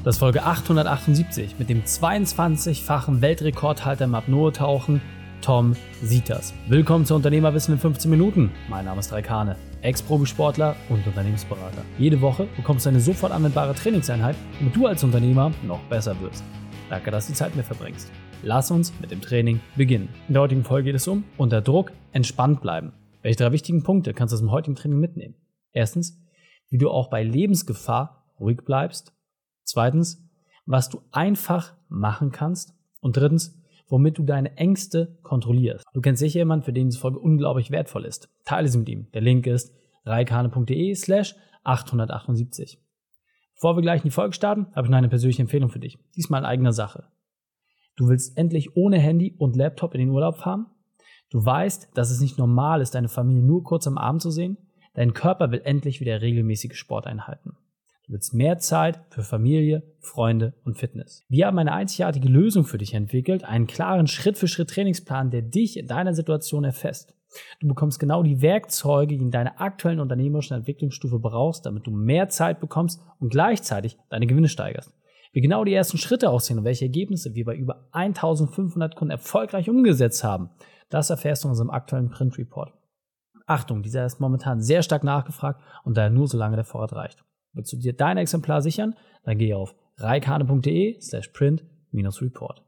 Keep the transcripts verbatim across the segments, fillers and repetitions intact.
Das ist Folge achthundertachtundsiebzig mit dem zweiundzwanzigfachen Weltrekordhalter im Apnoe-Tauchen, Tom Sieters. Willkommen zu Unternehmerwissen in fünfzehn Minuten. Mein Name ist Raik Hane, Ex-Profisportler und Unternehmensberater. Jede Woche bekommst du eine sofort anwendbare Trainingseinheit, damit du als Unternehmer noch besser wirst. Danke, dass du die Zeit mit mir verbringst. Lass uns mit dem Training beginnen. In der heutigen Folge geht es um unter Druck entspannt bleiben. Welche drei wichtigen Punkte kannst du aus dem heutigen Training mitnehmen? Erstens, wie du auch bei Lebensgefahr ruhig bleibst. Zweitens, was du einfach machen kannst. Und drittens, womit du deine Ängste kontrollierst. Du kennst sicher jemanden, für den diese Folge unglaublich wertvoll ist. Teile sie mit ihm. Der Link ist reikhane.de slash achthundertachtundsiebzig. Bevor wir gleich in die Folge starten, habe ich noch eine persönliche Empfehlung für dich. Diesmal in eigener Sache. Du willst endlich ohne Handy und Laptop in den Urlaub fahren? Du weißt, dass es nicht normal ist, deine Familie nur kurz am Abend zu sehen? Dein Körper will endlich wieder regelmäßige Sporteinheiten. Du willst mehr Zeit für Familie, Freunde und Fitness. Wir haben eine einzigartige Lösung für dich entwickelt, einen klaren Schritt-für-Schritt-Trainingsplan, der dich in deiner Situation erfasst. Du bekommst genau die Werkzeuge, die du in deiner aktuellen unternehmerischen Entwicklungsstufe brauchst, damit du mehr Zeit bekommst und gleichzeitig deine Gewinne steigerst. Wie genau die ersten Schritte aussehen und welche Ergebnisse wir bei über eintausendfünfhundert Kunden erfolgreich umgesetzt haben, das erfährst du in unserem aktuellen Print Report. Achtung, dieser ist momentan sehr stark nachgefragt und daher nur solange der Vorrat reicht. Willst du dir dein Exemplar sichern? Dann geh auf reikhane.de slash print minus report.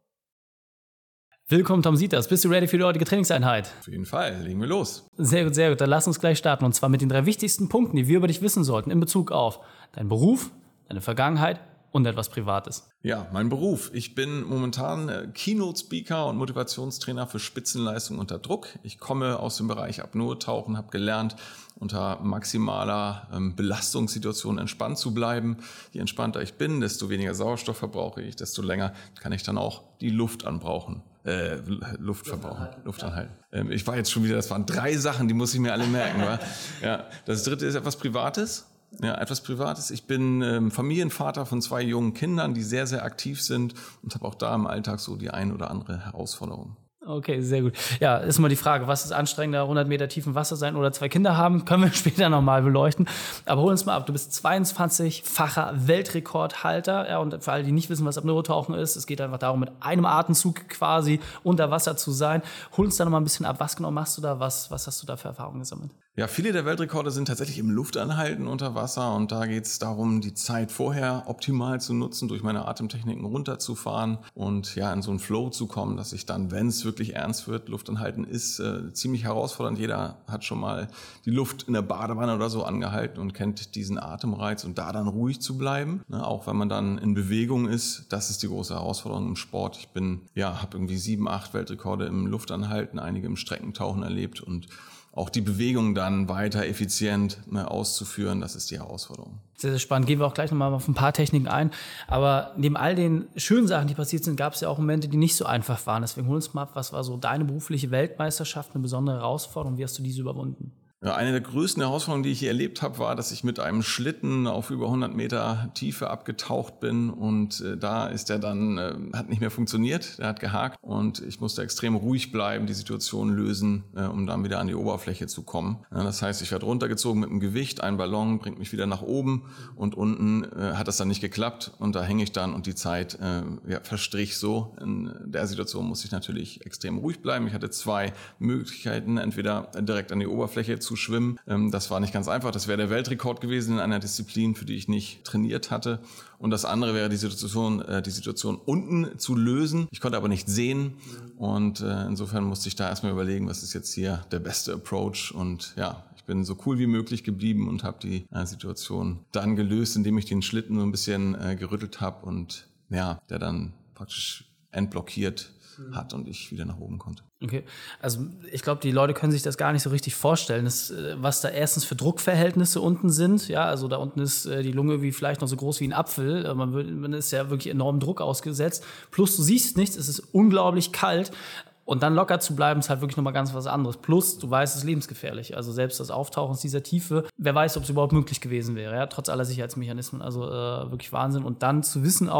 Willkommen, Tom Sieters. Bist du ready für die heutige Trainingseinheit? Auf jeden Fall, legen wir los. Sehr gut, sehr gut. Dann lass uns gleich starten. Und zwar mit den drei wichtigsten Punkten, die wir über dich wissen sollten in Bezug auf deinen Beruf, deine Vergangenheit und etwas Privates. Ja, mein Beruf. Ich bin momentan Keynote-Speaker und Motivationstrainer für Spitzenleistung unter Druck. Ich komme aus dem Bereich Apnoe-Tauchen, habe gelernt, unter maximaler ähm, Belastungssituation entspannt zu bleiben. Je entspannter ich bin, desto weniger Sauerstoff verbrauche ich, desto länger kann ich dann auch die Luft anbrauchen. Äh, Luft verbrauchen, Luft anhalten. Ähm, ich war jetzt schon wieder, das waren drei Sachen, die muss ich mir alle merken. Wa? Ja, das dritte ist etwas Privates. Ja, etwas Privates. Ich bin ähm, Familienvater von zwei jungen Kindern, die sehr, sehr aktiv sind und habe auch da im Alltag so die ein oder andere Herausforderung. Okay, sehr gut. Ja, ist mal die Frage, was ist anstrengender, hundert Meter tief im Wasser sein oder zwei Kinder haben, können wir später nochmal beleuchten. Aber hol uns mal ab, du bist zweiundzwanzigfacher Weltrekordhalter. Ja, und für alle, die nicht wissen, was Apnoe-Tauchen ist, es geht einfach darum, mit einem Atemzug quasi unter Wasser zu sein. Hol uns da nochmal ein bisschen ab, was genau machst du da, was, was hast du da für Erfahrungen gesammelt? Ja, viele der Weltrekorde sind tatsächlich im Luftanhalten unter Wasser und da geht es darum, die Zeit vorher optimal zu nutzen, durch meine Atemtechniken runterzufahren und ja in so einen Flow zu kommen, dass ich dann, wenn es wirklich ernst wird, Luftanhalten ist äh, ziemlich herausfordernd. Jeder hat schon mal die Luft in der Badewanne oder so angehalten und kennt diesen Atemreiz und da dann ruhig zu bleiben, ne, auch wenn man dann in Bewegung ist, das ist die große Herausforderung im Sport. Ich bin, ja, habe irgendwie sieben, acht Weltrekorde im Luftanhalten, einige im Streckentauchen erlebt und auch die Bewegung dann weiter effizient ne, auszuführen, das ist die Herausforderung. Sehr, sehr spannend. Gehen wir auch gleich nochmal auf ein paar Techniken ein. Aber neben all den schönen Sachen, die passiert sind, gab es ja auch Momente, die nicht so einfach waren. Deswegen hol uns mal ab, was war so deine berufliche Weltmeisterschaft, eine besondere Herausforderung? Wie hast du diese überwunden? Ja, eine der größten Herausforderungen, die ich hier erlebt habe, war, dass ich mit einem Schlitten auf über hundert Meter Tiefe abgetaucht bin und äh, da ist der dann, äh, hat nicht mehr funktioniert, der hat gehakt und ich musste extrem ruhig bleiben, die Situation lösen, äh, um dann wieder an die Oberfläche zu kommen. Ja, das heißt, ich werde runtergezogen mit dem Gewicht, ein Ballon bringt mich wieder nach oben und unten äh, hat das dann nicht geklappt und da hänge ich dann und die Zeit äh, ja, verstrich so. In der Situation musste ich natürlich extrem ruhig bleiben. Ich hatte zwei Möglichkeiten, entweder direkt an die Oberfläche zu zu schwimmen. Das war nicht ganz einfach. Das wäre der Weltrekord gewesen in einer Disziplin, für die ich nicht trainiert hatte. Und das andere wäre die Situation, die Situation unten zu lösen. Ich konnte aber nicht sehen. Und insofern musste ich da erstmal überlegen, was ist jetzt hier der beste Approach. Und ja, ich bin so cool wie möglich geblieben und habe die Situation dann gelöst, indem ich den Schlitten so ein bisschen gerüttelt habe und ja, der dann praktisch entblockiert hat und ich wieder nach oben konnte. Okay, also ich glaube, die Leute können sich das gar nicht so richtig vorstellen, dass, was da erstens für Druckverhältnisse unten sind. Ja, also da unten ist die Lunge wie vielleicht noch so groß wie ein Apfel. Man, wird, man ist ja wirklich enorm Druck ausgesetzt. Plus du siehst nichts, es ist unglaublich kalt. Und dann locker zu bleiben, ist halt wirklich nochmal ganz was anderes. Plus, du weißt, es ist lebensgefährlich. Also selbst das Auftauchen aus dieser Tiefe, wer weiß, ob es überhaupt möglich gewesen wäre, ja, trotz aller Sicherheitsmechanismen. Also äh, wirklich Wahnsinn. Und dann zu wissen auch,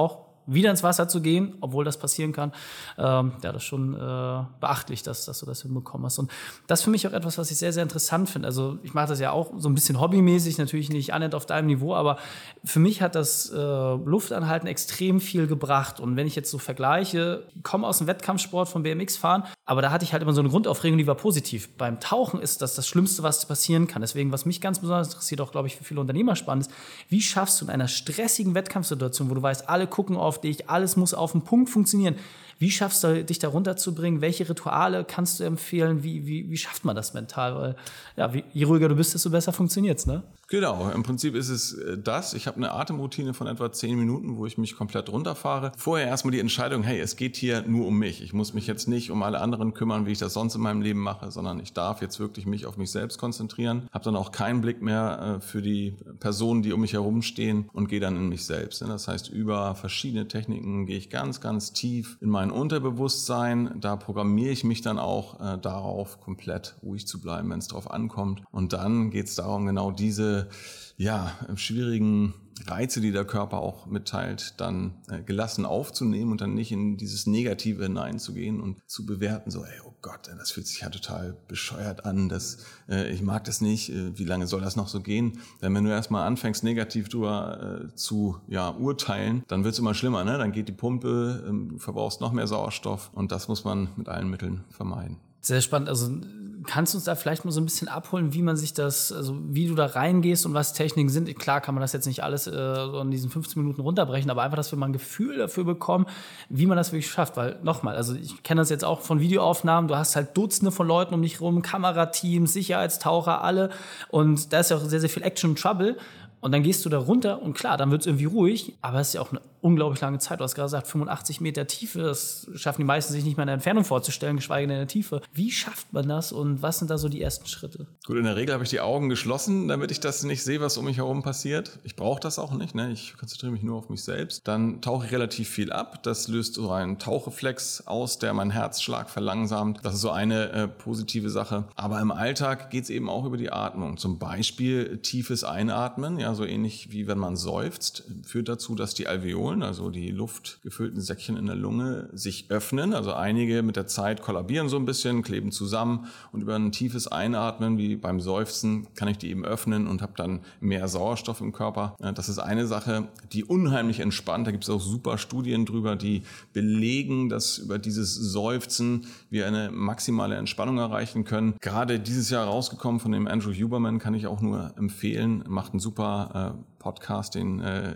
wieder ins Wasser zu gehen, obwohl das passieren kann. Ähm, ja, das ist schon äh, beachtlich, dass, dass du das hinbekommen hast. Und das ist für mich auch etwas, was ich sehr, sehr interessant finde. Also ich mache das ja auch so ein bisschen hobbymäßig, natürlich nicht annähernd auf deinem Niveau, aber für mich hat das äh, Luftanhalten extrem viel gebracht. Und wenn ich jetzt so vergleiche, ich komme aus dem Wettkampfsport vom B M X-Fahren, aber da hatte ich halt immer so eine Grundaufregung, die war positiv. Beim Tauchen ist das das Schlimmste, was passieren kann. Deswegen, was mich ganz besonders interessiert, auch glaube ich für viele Unternehmer spannend ist, wie schaffst du in einer stressigen Wettkampfsituation, wo du weißt, alle gucken auf dich, alles muss auf den Punkt funktionieren. Wie schaffst du, dich da runterzubringen? Welche Rituale kannst du empfehlen? Wie, wie, wie schafft man das mental? Weil ja, wie, je ruhiger du bist, desto besser funktioniert's, ne? Genau, im Prinzip ist es das. Ich habe eine Atemroutine von etwa zehn Minuten, wo ich mich komplett runterfahre. Vorher erstmal die Entscheidung, hey, es geht hier nur um mich. Ich muss mich jetzt nicht um alle anderen kümmern, wie ich das sonst in meinem Leben mache, sondern ich darf jetzt wirklich mich auf mich selbst konzentrieren. Habe dann auch keinen Blick mehr für die Personen, die um mich herum stehen und gehe dann in mich selbst. Das heißt, über verschiedene Techniken gehe ich ganz, ganz tief in mein Unterbewusstsein. Da programmiere ich mich dann auch äh, darauf, komplett ruhig zu bleiben, wenn es drauf ankommt. Und dann geht es darum, genau diese ja, schwierigen Reize, die der Körper auch mitteilt, dann äh, gelassen aufzunehmen und dann nicht in dieses Negative hineinzugehen und zu bewerten, so, ey, oh Gott, das fühlt sich ja total bescheuert an, das, äh, ich mag das nicht, äh, wie lange soll das noch so gehen? Denn wenn du erstmal anfängst, negativ drüber äh, zu ja, urteilen, dann wird's immer schlimmer, ne? Dann geht die Pumpe, äh, du verbrauchst noch mehr Sauerstoff und das muss man mit allen Mitteln vermeiden. Sehr spannend. Also kannst du uns da vielleicht mal so ein bisschen abholen, wie man sich das, also wie du da reingehst und was Techniken sind? Klar kann man das jetzt nicht alles äh, so in diesen fünfzehn Minuten runterbrechen, aber einfach, dass wir mal ein Gefühl dafür bekommen, wie man das wirklich schafft. Weil nochmal, also ich kenne das jetzt auch von Videoaufnahmen, du hast halt Dutzende von Leuten um dich rum, Kamerateams, Sicherheitstaucher, alle. Und da ist ja auch sehr, sehr viel Action und Trouble. Und dann gehst du da runter und klar, dann wird es irgendwie ruhig, aber es ist ja auch eine unglaublich lange Zeit. Du hast gerade gesagt, fünfundachtzig Meter Tiefe, das schaffen die meisten sich nicht mehr in der Entfernung vorzustellen, geschweige denn in der Tiefe. Wie schafft man das und was sind da so die ersten Schritte? Gut, in der Regel habe ich die Augen geschlossen, damit ich das nicht sehe, was um mich herum passiert. Ich brauche das auch nicht, ne? Ich konzentriere mich nur auf mich selbst. Dann tauche ich relativ viel ab. Das löst so einen Tauchreflex aus, der meinen Herzschlag verlangsamt. Das ist so eine äh, positive Sache. Aber im Alltag geht es eben auch über die Atmung. Zum Beispiel tiefes Einatmen, ja, so ähnlich wie wenn man seufzt, führt dazu, dass die Alveolen, also die luftgefüllten Säckchen in der Lunge, sich öffnen. Also einige mit der Zeit kollabieren so ein bisschen, kleben zusammen und über ein tiefes Einatmen, wie beim Seufzen, kann ich die eben öffnen und habe dann mehr Sauerstoff im Körper. Das ist eine Sache, die unheimlich entspannt. Da gibt es auch super Studien drüber, die belegen, dass über dieses Seufzen wir eine maximale Entspannung erreichen können. Gerade dieses Jahr rausgekommen von dem Andrew Huberman, kann ich auch nur empfehlen. Macht einen super äh, Podcast, den äh,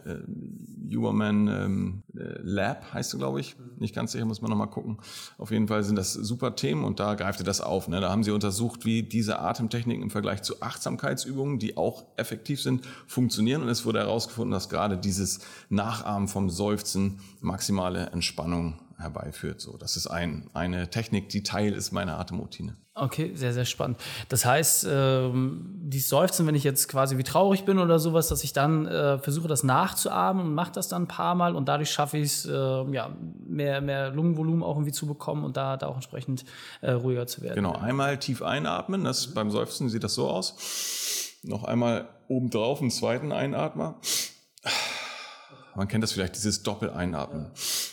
Huberman ähm, Lab heißt er, glaube ich. Nicht ganz sicher, muss man nochmal gucken. Auf jeden Fall sind das super Themen und da greift er das auf. Ne? Da haben sie untersucht, wie diese Atemtechniken im Vergleich zu Achtsamkeitsübungen, die auch effektiv sind, funktionieren. Und es wurde herausgefunden, dass gerade dieses Nachahmen vom Seufzen maximale Entspannung herbeiführt. So, das ist ein, eine Technik, die Teil ist meiner Atemroutine. Okay, sehr, sehr spannend. Das heißt, ähm, dieses Seufzen, wenn ich jetzt quasi wie traurig bin oder sowas, dass ich dann äh, versuche, das nachzuatmen und mache das dann ein paar Mal und dadurch schaffe ich es, äh, ja, mehr, mehr Lungenvolumen auch irgendwie zu bekommen und da, da auch entsprechend äh, ruhiger zu werden. Genau, einmal tief einatmen, das beim Seufzen sieht das so aus. Noch einmal obendrauf einen zweiten Einatmer. Man kennt das vielleicht, dieses Doppeleinatmen.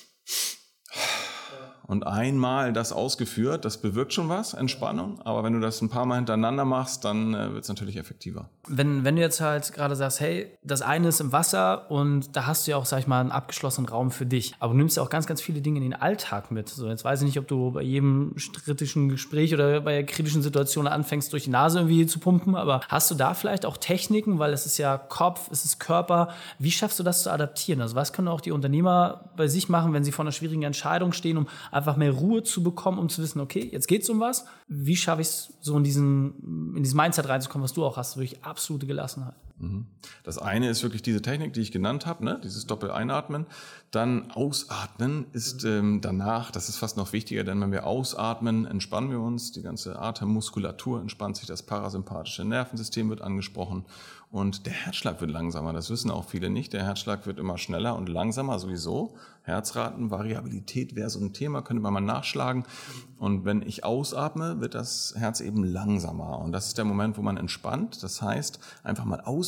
Und einmal das ausgeführt, das bewirkt schon was, Entspannung. Aber wenn du das ein paar Mal hintereinander machst, dann äh, wird es natürlich effektiver. Wenn, wenn du jetzt halt gerade sagst, hey, das eine ist im Wasser und da hast du ja auch, sag ich mal, einen abgeschlossenen Raum für dich. Aber du nimmst ja auch ganz, ganz viele Dinge in den Alltag mit. So, jetzt weiß ich nicht, ob du bei jedem strittischen Gespräch oder bei kritischen Situationen anfängst, durch die Nase irgendwie zu pumpen. Aber hast du da vielleicht auch Techniken, weil es ist ja Kopf, es ist Körper. Wie schaffst du das zu adaptieren? Also was können auch die Unternehmer bei sich machen, wenn sie vor einer schwierigen Entscheidung stehen, um einfach mehr Ruhe zu bekommen, um zu wissen, okay, jetzt geht's um was. Wie schaffe ich es, so in diesen, in dieses Mindset reinzukommen, was du auch hast, durch absolute Gelassenheit? Das eine ist wirklich diese Technik, die ich genannt habe, ne? Dieses Doppel-Einatmen. Dann Ausatmen ist ähm, danach, das ist fast noch wichtiger, denn wenn wir ausatmen, entspannen wir uns, die ganze Atemmuskulatur entspannt sich, das parasympathische Nervensystem wird angesprochen und der Herzschlag wird langsamer. Das wissen auch viele nicht. Der Herzschlag wird immer schneller und langsamer sowieso. Herzratenvariabilität wäre so ein Thema, könnte man mal nachschlagen. Und wenn ich ausatme, wird das Herz eben langsamer. Und das ist der Moment, wo man entspannt. Das heißt, einfach mal ausatmen.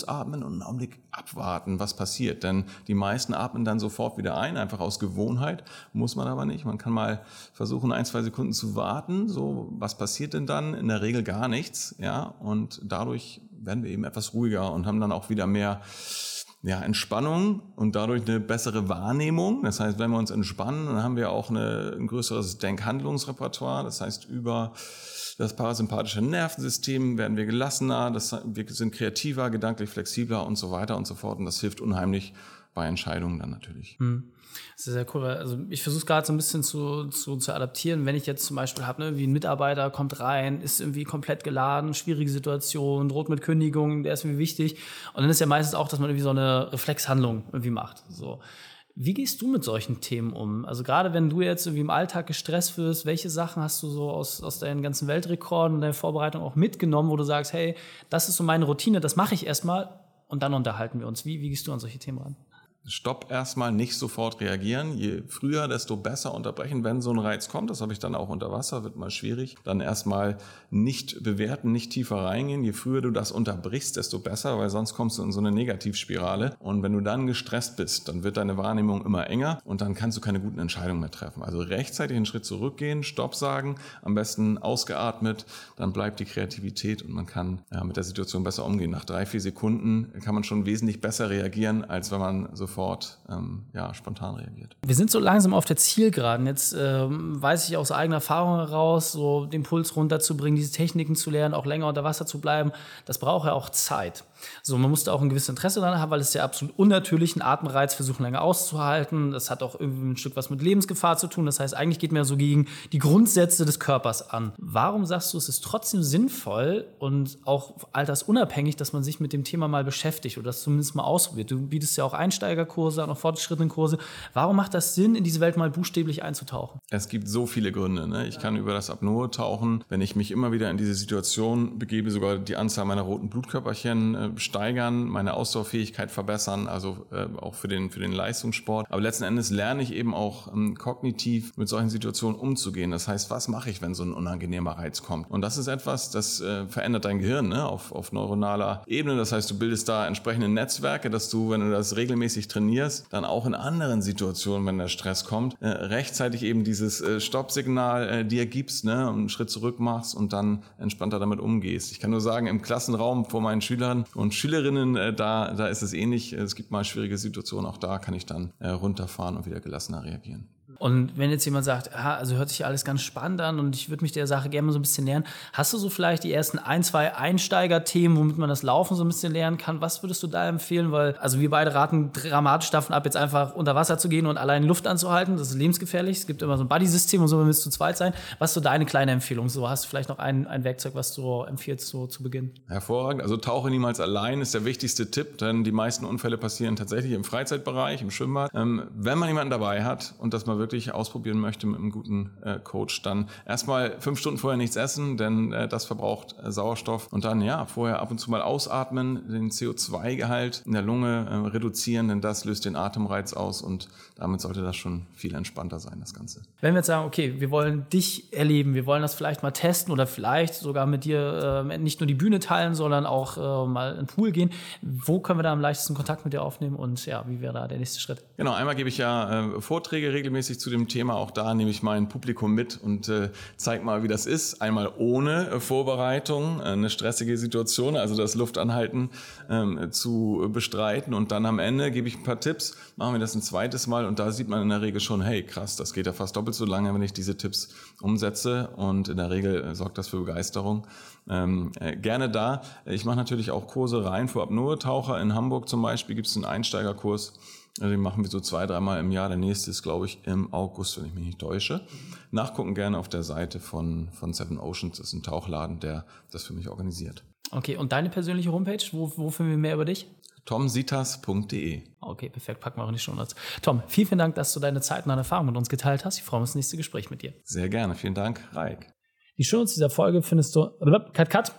ausatmen und einen Augenblick abwarten, was passiert. Denn die meisten atmen dann sofort wieder ein, einfach aus Gewohnheit, muss man aber nicht. Man kann mal versuchen, ein, zwei Sekunden zu warten. So, was passiert denn dann? In der Regel gar nichts. Ja, und dadurch werden wir eben etwas ruhiger und haben dann auch wieder mehr ja, Entspannung und dadurch eine bessere Wahrnehmung. Das heißt, wenn wir uns entspannen, dann haben wir auch eine, ein größeres Denk-Handlungsrepertoire. Das heißt, über das parasympathische Nervensystem werden wir gelassener, das, wir sind kreativer, gedanklich flexibler und so weiter und so fort. Und das hilft unheimlich bei Entscheidungen dann natürlich. Hm. Das ist sehr cool, weil also ich versuche es gerade so ein bisschen zu, zu, zu adaptieren. Wenn ich jetzt zum Beispiel habe, ne, wie ein Mitarbeiter kommt rein, ist irgendwie komplett geladen, schwierige Situation, droht mit Kündigung, der ist irgendwie wichtig. Und dann ist ja meistens auch, dass man irgendwie so eine Reflexhandlung irgendwie macht. So. Wie gehst du mit solchen Themen um? Also gerade wenn du jetzt irgendwie im Alltag gestresst wirst, welche Sachen hast du so aus, aus deinen ganzen Weltrekorden und deiner Vorbereitung auch mitgenommen, wo du sagst, hey, das ist so meine Routine, das mache ich erstmal und dann unterhalten wir uns. Wie, wie gehst du an solche Themen ran? Stopp, erstmal nicht sofort reagieren. Je früher, desto besser unterbrechen, wenn so ein Reiz kommt. Das habe ich dann auch unter Wasser, wird mal schwierig. Dann erstmal nicht bewerten, nicht tiefer reingehen. Je früher du das unterbrichst, desto besser, weil sonst kommst du in so eine Negativspirale. Und wenn du dann gestresst bist, dann wird deine Wahrnehmung immer enger und dann kannst du keine guten Entscheidungen mehr treffen. Also rechtzeitig einen Schritt zurückgehen, Stopp sagen, am besten ausgeatmet, dann bleibt die Kreativität und man kann ja, mit der Situation besser umgehen. Nach drei, vier Sekunden kann man schon wesentlich besser reagieren, als wenn man so sofort ähm, ja, spontan reagiert. Wir sind so langsam auf der Zielgeraden. Jetzt ähm, weiß ich aus eigener Erfahrung heraus, so den Puls runterzubringen, diese Techniken zu lernen, auch länger unter Wasser zu bleiben, das braucht ja auch Zeit. So, man musste auch ein gewisses Interesse daran haben, weil es ja absolut unnatürlich einen Atemreiz versuchen länger auszuhalten. Das hat auch irgendwie ein Stück was mit Lebensgefahr zu tun. Das heißt, eigentlich geht man ja so gegen die Grundsätze des Körpers an. Warum sagst du, es ist trotzdem sinnvoll und auch altersunabhängig, dass man sich mit dem Thema mal beschäftigt oder das zumindest mal ausprobiert? Du bietest ja auch Einsteigerkurse, auch noch fortgeschrittene Kurse. Warum macht das Sinn, in diese Welt mal buchstäblich einzutauchen? Es gibt so viele Gründe. Ne? Ich kann über das Apnoe tauchen, wenn ich mich immer wieder in diese Situation begebe, sogar die Anzahl meiner roten Blutkörperchen äh, steigern, meine Ausdauerfähigkeit verbessern, also äh, auch für den, für den Leistungssport. Aber letzten Endes lerne ich eben auch ähm, kognitiv mit solchen Situationen umzugehen. Das heißt, was mache ich, wenn so ein unangenehmer Reiz kommt? Und das ist etwas, das äh, verändert dein Gehirn ne? auf, auf neuronaler Ebene. Das heißt, du bildest da entsprechende Netzwerke, dass du, wenn du das regelmäßig trainierst, dann auch in anderen Situationen, wenn der Stress kommt, äh, rechtzeitig eben dieses äh, Stoppsignal äh, dir gibst, ne? und einen Schritt zurück machst und dann entspannter damit umgehst. Ich kann nur sagen, im Klassenraum vor meinen Schülern und Schülerinnen, äh, da, da ist es ähnlich. Es gibt mal schwierige Situationen, auch da kann ich dann äh, runterfahren und wieder gelassener reagieren. Und wenn jetzt jemand sagt, aha, also hört sich alles ganz spannend an und ich würde mich der Sache gerne mal so ein bisschen nähern, hast du so vielleicht die ersten ein, zwei Einsteigerthemen, womit man das Laufen so ein bisschen lernen kann? Was würdest du da empfehlen? Weil, also wir beide raten dramatisch davon ab, jetzt einfach unter Wasser zu gehen und allein Luft anzuhalten. Das ist lebensgefährlich. Es gibt immer so ein Buddy-System und so, wenn wir zu zweit sein. Was ist so deine kleine Empfehlung? So, hast du vielleicht noch ein, ein Werkzeug, was du empfiehlst so zu Beginn? Hervorragend. Also tauche niemals allein ist der wichtigste Tipp, denn die meisten Unfälle passieren tatsächlich im Freizeitbereich, im Schwimmbad. Ähm, wenn man jemanden dabei hat und das mal wirklich ausprobieren möchte mit einem guten äh, Coach, dann erstmal fünf Stunden vorher nichts essen, denn äh, das verbraucht äh, Sauerstoff und dann ja vorher ab und zu mal ausatmen, den C O zwei Gehalt in der Lunge äh, reduzieren, denn das löst den Atemreiz aus und damit sollte das schon viel entspannter sein, das Ganze. Wenn wir jetzt sagen, okay, wir wollen dich erleben, wir wollen das vielleicht mal testen oder vielleicht sogar mit dir äh, nicht nur die Bühne teilen, sondern auch äh, mal in den Pool gehen, wo können wir da am leichtesten Kontakt mit dir aufnehmen und ja, wie wäre da der nächste Schritt? Genau, einmal gebe ich ja äh, Vorträge regelmäßig zu dem Thema, auch da nehme ich mein Publikum mit und äh, zeige mal, wie das ist. Einmal ohne äh, Vorbereitung, äh, eine stressige Situation, also das Luftanhalten äh, zu bestreiten und dann am Ende gebe ich ein paar Tipps, machen wir das ein zweites Mal und da sieht man in der Regel schon, hey krass, das geht ja fast doppelt so lange, wenn ich diese Tipps umsetze und in der Regel äh, sorgt das für Begeisterung. Ähm, äh, gerne da. Ich mache natürlich auch Kurse rein für Apnoe-Taucher. In Hamburg zum Beispiel gibt es einen Einsteigerkurs. Den machen wir so zwei, dreimal im Jahr. Der nächste ist, glaube ich, im August, wenn ich mich nicht täusche. Nachgucken gerne auf der Seite von, von Seven Oceans. Das ist ein Tauchladen, der das für mich organisiert. Okay, und deine persönliche Homepage? Wo, wo finden wir mehr über dich? tom sitas punkt de. Okay, perfekt. Packen wir auch in die Shownotes. Tom, vielen, vielen Dank, dass du deine Zeit und deine Erfahrung mit uns geteilt hast. Ich freue mich auf das nächste Gespräch mit dir. Sehr gerne. Vielen Dank, Raik. Die Shownotes dieser Folge findest du... Cut, cut.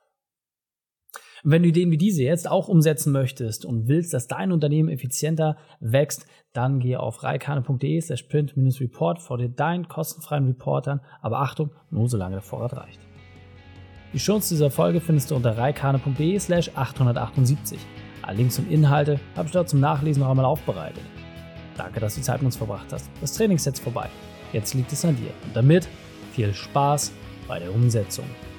Und wenn du Ideen wie diese jetzt auch umsetzen möchtest und willst, dass dein Unternehmen effizienter wächst, dann gehe auf raikane punkt de slash print report, vor dir deinen kostenfreien Report an. Aber Achtung, nur solange der Vorrat reicht. Die Shownotes dieser Folge findest du unter reikane.de slash achthundertachtundsiebzig. Alle Links und Inhalte habe ich dort zum Nachlesen noch einmal aufbereitet. Danke, dass du die Zeit mit uns verbracht hast. Das Training ist jetzt vorbei. Jetzt liegt es an dir. Und damit viel Spaß bei der Umsetzung.